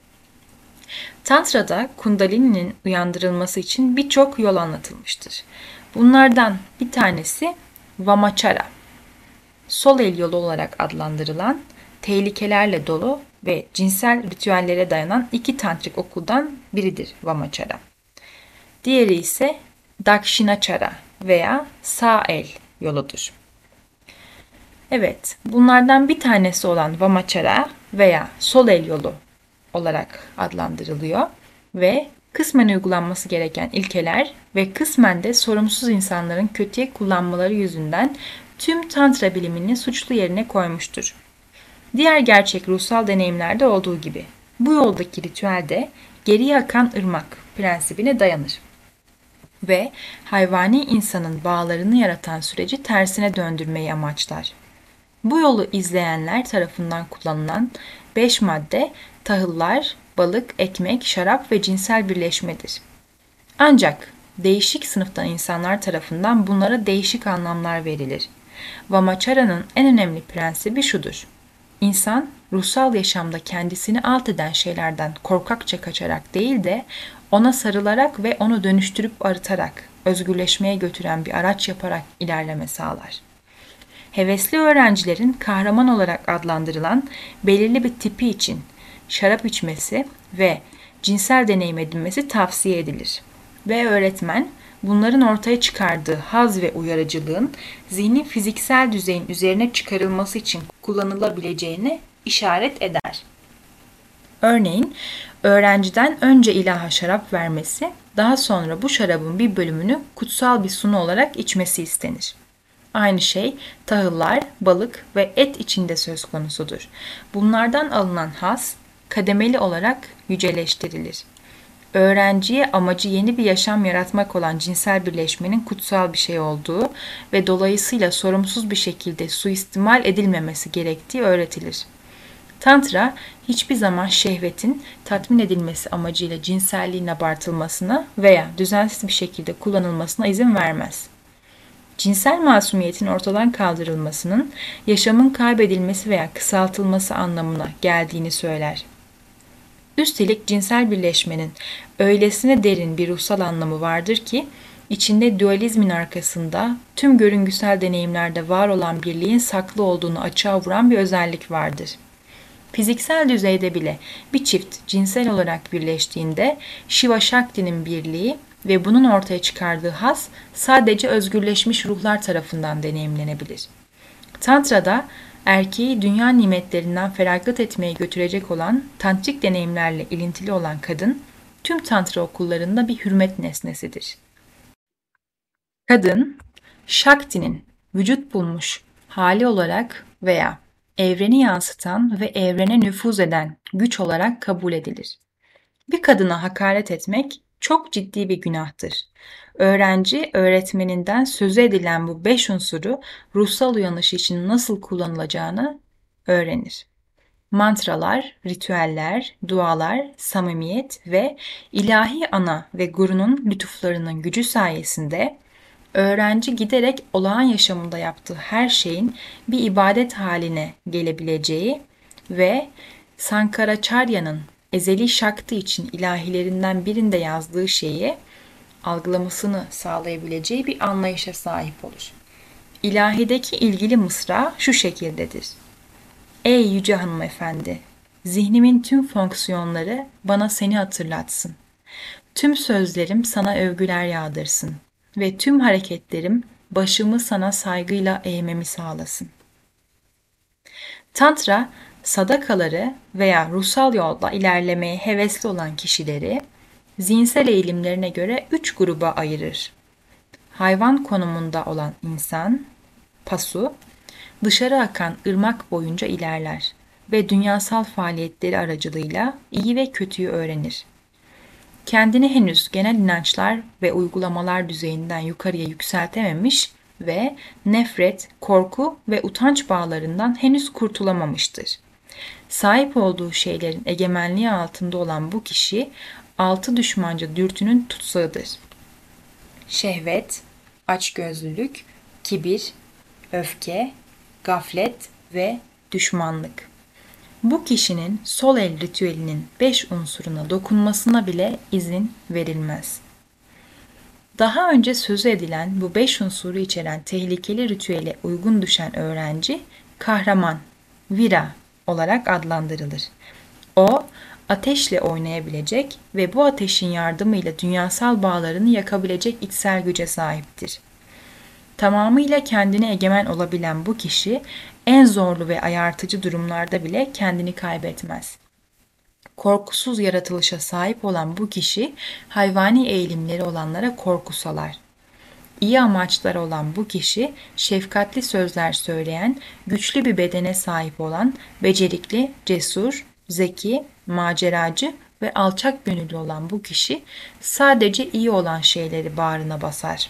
Tantra'da Kundalini'nin uyandırılması için birçok yol anlatılmıştır. Bunlardan bir tanesi Vamachara, sol el yolu olarak adlandırılan, tehlikelerle dolu ve cinsel ritüellere dayanan iki tantrik okuldan biridir Vamachara. Diğeri ise Dakshinachara veya sağ el yoludur. Evet, bunlardan bir tanesi olan Vamachara veya sol el yolu olarak adlandırılıyor ve kısmen uygulanması gereken ilkeler ve kısmen de sorumsuz insanların kötüye kullanmaları yüzünden tüm tantra bilimini suçlu yerine koymuştur. Diğer gerçek ruhsal deneyimlerde olduğu gibi bu yoldaki ritüelde geriye akan ırmak prensibine dayanır ve hayvani insanın bağlarını yaratan süreci tersine döndürmeyi amaçlar. Bu yolu izleyenler tarafından kullanılan beş madde tahıllar, balık, ekmek, şarap ve cinsel birleşmedir. Ancak değişik sınıftan insanlar tarafından bunlara değişik anlamlar verilir. Vamachara'nın en önemli prensibi şudur. İnsan, ruhsal yaşamda kendisini alt eden şeylerden korkakça kaçarak değil de ona sarılarak ve onu dönüştürüp arıtarak, özgürleşmeye götüren bir araç yaparak ilerleme sağlar. Hevesli öğrencilerin kahraman olarak adlandırılan belirli bir tipi için şarap içmesi ve cinsel deneyim edinmesi tavsiye edilir. Ve öğretmen bunların ortaya çıkardığı haz ve uyarıcılığın zihnin fiziksel düzeyin üzerine çıkarılması için kullanılabileceğine işaret eder. Örneğin öğrenciden önce ilaha şarap vermesi, daha sonra bu şarabın bir bölümünü kutsal bir sunu olarak içmesi istenir. Aynı şey tahıllar, balık ve et içinde söz konusudur. Bunlardan alınan haz kademeli olarak yüceleştirilir. Öğrenciye amacı yeni bir yaşam yaratmak olan cinsel birleşmenin kutsal bir şey olduğu ve dolayısıyla sorumsuz bir şekilde suistimal edilmemesi gerektiği öğretilir. Tantra hiçbir zaman şehvetin tatmin edilmesi amacıyla cinselliğin abartılmasına veya düzensiz bir şekilde kullanılmasına izin vermez. Cinsel masumiyetin ortadan kaldırılmasının yaşamın kaybedilmesi veya kısaltılması anlamına geldiğini söyler. Üstelik cinsel birleşmenin öylesine derin bir ruhsal anlamı vardır ki, içinde dualizmin arkasında tüm görüngüsel deneyimlerde var olan birliğin saklı olduğunu açığa vuran bir özellik vardır. Fiziksel düzeyde bile bir çift cinsel olarak birleştiğinde Shiva Shakti'nin birliği ve bunun ortaya çıkardığı haz sadece özgürleşmiş ruhlar tarafından deneyimlenebilir. Tantra'da erkeği dünya nimetlerinden feragat etmeye götürecek olan tantrik deneyimlerle ilintili olan kadın, tüm tantra okullarında bir hürmet nesnesidir. Kadın, Shakti'nin vücut bulmuş hali olarak veya evreni yansıtan ve evrene nüfuz eden güç olarak kabul edilir. Bir kadına hakaret etmek çok ciddi bir günahtır. Öğrenci, öğretmeninden sözü edilen bu beş unsuru ruhsal uyanış için nasıl kullanılacağını öğrenir. Mantralar, ritüeller, dualar, samimiyet ve ilahi ana ve gurunun lütuflarının gücü sayesinde öğrenci giderek olağan yaşamında yaptığı her şeyin bir ibadet haline gelebileceği ve Sankaracharya'nın ezeli Shakti için ilahilerinden birinde yazdığı şeyi algılamasını sağlayabileceği bir anlayışa sahip olur. İlahideki ilgili mısra şu şekildedir. Ey yüce hanımefendi, zihnimin tüm fonksiyonları bana seni hatırlatsın. Tüm sözlerim sana övgüler yağdırsın ve tüm hareketlerim başımı sana saygıyla eğmemi sağlasın. Tantra, sadakaları veya ruhsal yolda ilerlemeye hevesli olan kişileri zihinsel eğilimlerine göre üç gruba ayırır. Hayvan konumunda olan insan, pasu, dışarı akan ırmak boyunca ilerler ve dünyasal faaliyetleri aracılığıyla iyi ve kötüyü öğrenir. Kendini henüz genel inançlar ve uygulamalar düzeyinden yukarıya yükseltememiş ve nefret, korku ve utanç bağlarından henüz kurtulamamıştır. Sahip olduğu şeylerin egemenliği altında olan bu kişi altı düşmanca dürtünün tutsağıdır. Şehvet, açgözlülük, kibir, öfke, gaflet ve düşmanlık. Bu kişinin sol el ritüelinin beş unsuruna dokunmasına bile izin verilmez. Daha önce sözü edilen bu beş unsuru içeren tehlikeli ritüele uygun düşen öğrenci kahraman, vira olarak adlandırılır. O, ateşle oynayabilecek ve bu ateşin yardımıyla dünyasal bağlarını yakabilecek içsel güce sahiptir. Tamamıyla kendine egemen olabilen bu kişi en zorlu ve ayartıcı durumlarda bile kendini kaybetmez. Korkusuz yaratılışa sahip olan bu kişi hayvani eğilimleri olanlara korku salar. İyi amaçları olan bu kişi şefkatli sözler söyleyen, güçlü bir bedene sahip olan, becerikli, cesur, zeki, maceracı ve alçak gönüllü olan bu kişi sadece iyi olan şeyleri bağrına basar.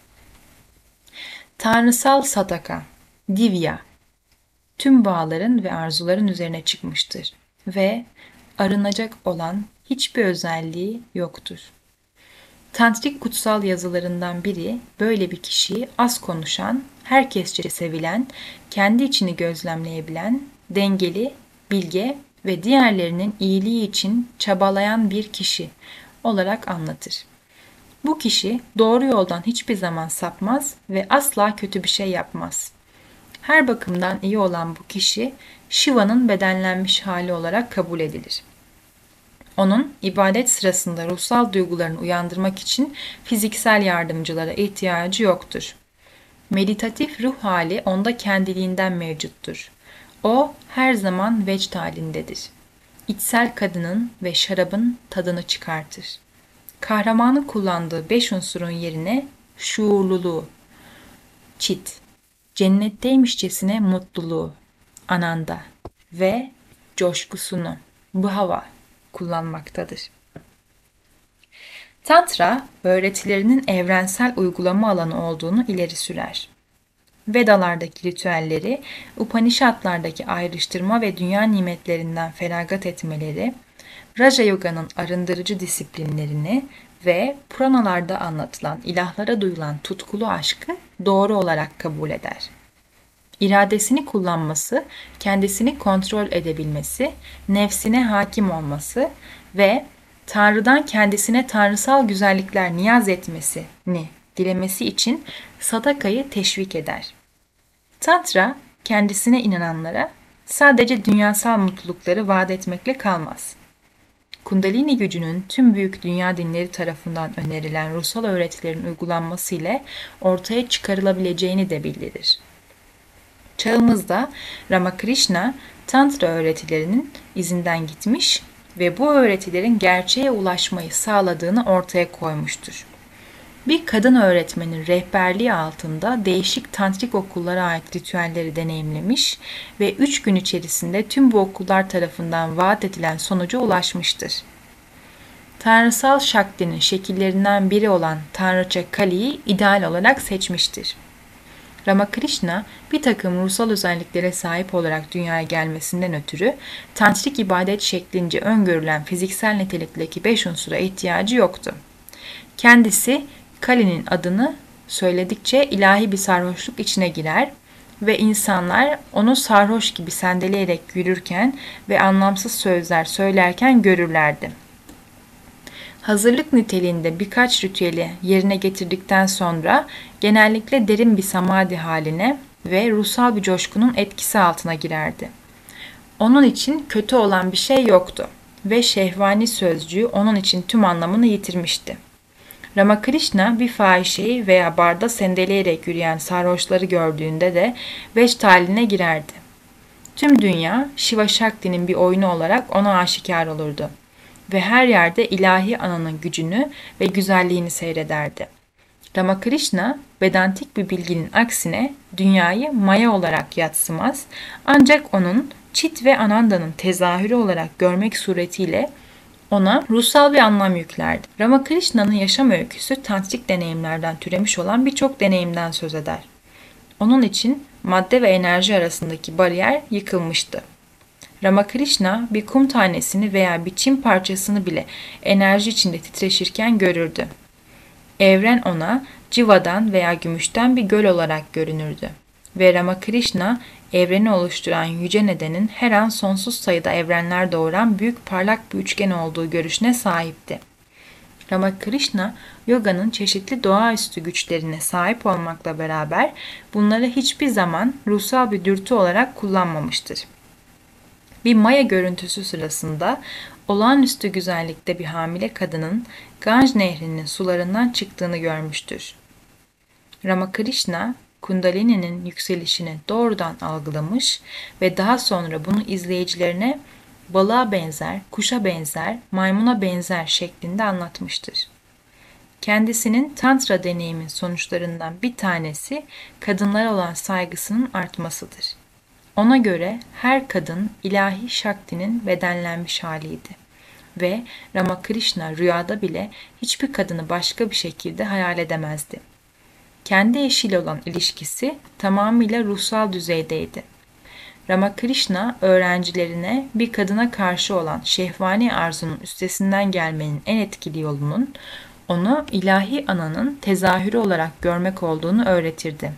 Tanrısal sadaka, divya, tüm bağların ve arzuların üzerine çıkmıştır ve arınacak olan hiçbir özelliği yoktur. Tantrik kutsal yazılarından biri böyle bir kişiyi az konuşan, herkesçe sevilen, kendi içini gözlemleyebilen, dengeli, bilge ve diğerlerinin iyiliği için çabalayan bir kişi olarak anlatır. Bu kişi doğru yoldan hiçbir zaman sapmaz ve asla kötü bir şey yapmaz. Her bakımdan iyi olan bu kişi Shiva'nın bedenlenmiş hali olarak kabul edilir. Onun ibadet sırasında ruhsal duygularını uyandırmak için fiziksel yardımcılara ihtiyacı yoktur. Meditatif ruh hali onda kendiliğinden mevcuttur. O her zaman vecd halindedir. İçsel kadının ve şarabın tadını çıkartır. Kahramanın kullandığı beş unsurun yerine şuurluluğu, çit, cennetteymişçesine mutluluğu, ananda ve coşkusunu, bhava kullanmaktadır. Tantra, öğretilerinin evrensel uygulama alanı olduğunu ileri sürer. Vedalardaki ritüelleri, Upanishadlardaki ayrıştırma ve dünya nimetlerinden feragat etmeleri, Raja Yoga'nın arındırıcı disiplinlerini ve Puranalarda anlatılan ilahlara duyulan tutkulu aşkı doğru olarak kabul eder. İradesini kullanması, kendisini kontrol edebilmesi, nefsine hakim olması ve Tanrı'dan kendisine tanrısal güzellikler niyaz etmesini dilemesi için sadakayı teşvik eder. Tantra, kendisine inananlara sadece dünyasal mutlulukları vaat etmekle kalmaz. Kundalini gücünün tüm büyük dünya dinleri tarafından önerilen ruhsal öğretilerin uygulanması ile ortaya çıkarılabileceğini de bildirir. Çağımızda Ramakrishna, Tantra öğretilerinin izinden gitmiş ve bu öğretilerin gerçeğe ulaşmayı sağladığını ortaya koymuştur. Bir kadın öğretmenin rehberliği altında değişik tantrik okullara ait ritüelleri deneyimlemiş ve üç gün içerisinde tüm bu okullar tarafından vaat edilen sonuca ulaşmıştır. Tanrısal Shakti'nin şekillerinden biri olan Tanrıça Kali'yi ideal olarak seçmiştir. Ramakrishna bir takım ruhsal özelliklere sahip olarak dünyaya gelmesinden ötürü tantrik ibadet şeklince öngörülen fiziksel nitelikteki beş unsura ihtiyacı yoktu. Kendisi Kali'nin adını söyledikçe ilahi bir sarhoşluk içine girer ve insanlar onu sarhoş gibi sendeleyerek yürürken ve anlamsız sözler söylerken görürlerdi. Hazırlık niteliğinde birkaç ritüeli yerine getirdikten sonra genellikle derin bir samadi haline ve ruhsal bir coşkunun etkisi altına girerdi. Onun için kötü olan bir şey yoktu ve şehvani sözcüğü onun için tüm anlamını yitirmişti. Ramakrishna bir fahişeyi veya barda sendeleyerek yürüyen sarhoşları gördüğünde de veşt haline girerdi. Tüm dünya Shiva Shakti'nin bir oyunu olarak ona aşikar olurdu ve her yerde ilahi ananın gücünü ve güzelliğini seyrederdi. Ramakrishna, Vedantik bir bilginin aksine dünyayı maya olarak yadsımaz, ancak onun Chit ve Ananda'nın tezahürü olarak görmek suretiyle ona ruhsal bir anlam yüklerdi. Ramakrishna'nın yaşam öyküsü tantrik deneyimlerden türemiş olan birçok deneyimden söz eder. Onun için madde ve enerji arasındaki bariyer yıkılmıştı. Ramakrishna bir kum tanesini veya bir çim parçasını bile enerji içinde titreşirken görürdü. Evren ona civadan veya gümüşten bir göl olarak görünürdü. Ve Ramakrishna, evreni oluşturan yüce nedenin her an sonsuz sayıda evrenler doğuran büyük parlak bir üçgen olduğu görüşüne sahipti. Ramakrishna, yoganın çeşitli doğaüstü güçlerine sahip olmakla beraber bunları hiçbir zaman ruhsal bir dürtü olarak kullanmamıştır. Bir maya görüntüsü sırasında olağanüstü güzellikte bir hamile kadının Ganj nehrinin sularından çıktığını görmüştür. Ramakrishna, Kundalini'nin yükselişini doğrudan algılamış ve daha sonra bunu izleyicilerine balığa benzer, kuşa benzer, maymuna benzer şeklinde anlatmıştır. Kendisinin tantra deneyimin sonuçlarından bir tanesi kadınlara olan saygısının artmasıdır. Ona göre her kadın ilahi Shakti'nin bedenlenmiş haliydi ve Ramakrishna rüyada bile hiçbir kadını başka bir şekilde hayal edemezdi. Kendi eşiyle olan ilişkisi tamamıyla ruhsal düzeydeydi. Ramakrishna öğrencilerine bir kadına karşı olan şehvani arzunun üstesinden gelmenin en etkili yolunun onu ilahi ananın tezahürü olarak görmek olduğunu öğretirdi.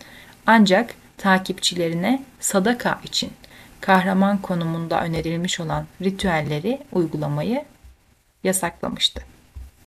Ancak takipçilerine sadaka için kahraman konumunda önerilmiş olan ritüelleri uygulamayı yasaklamıştı.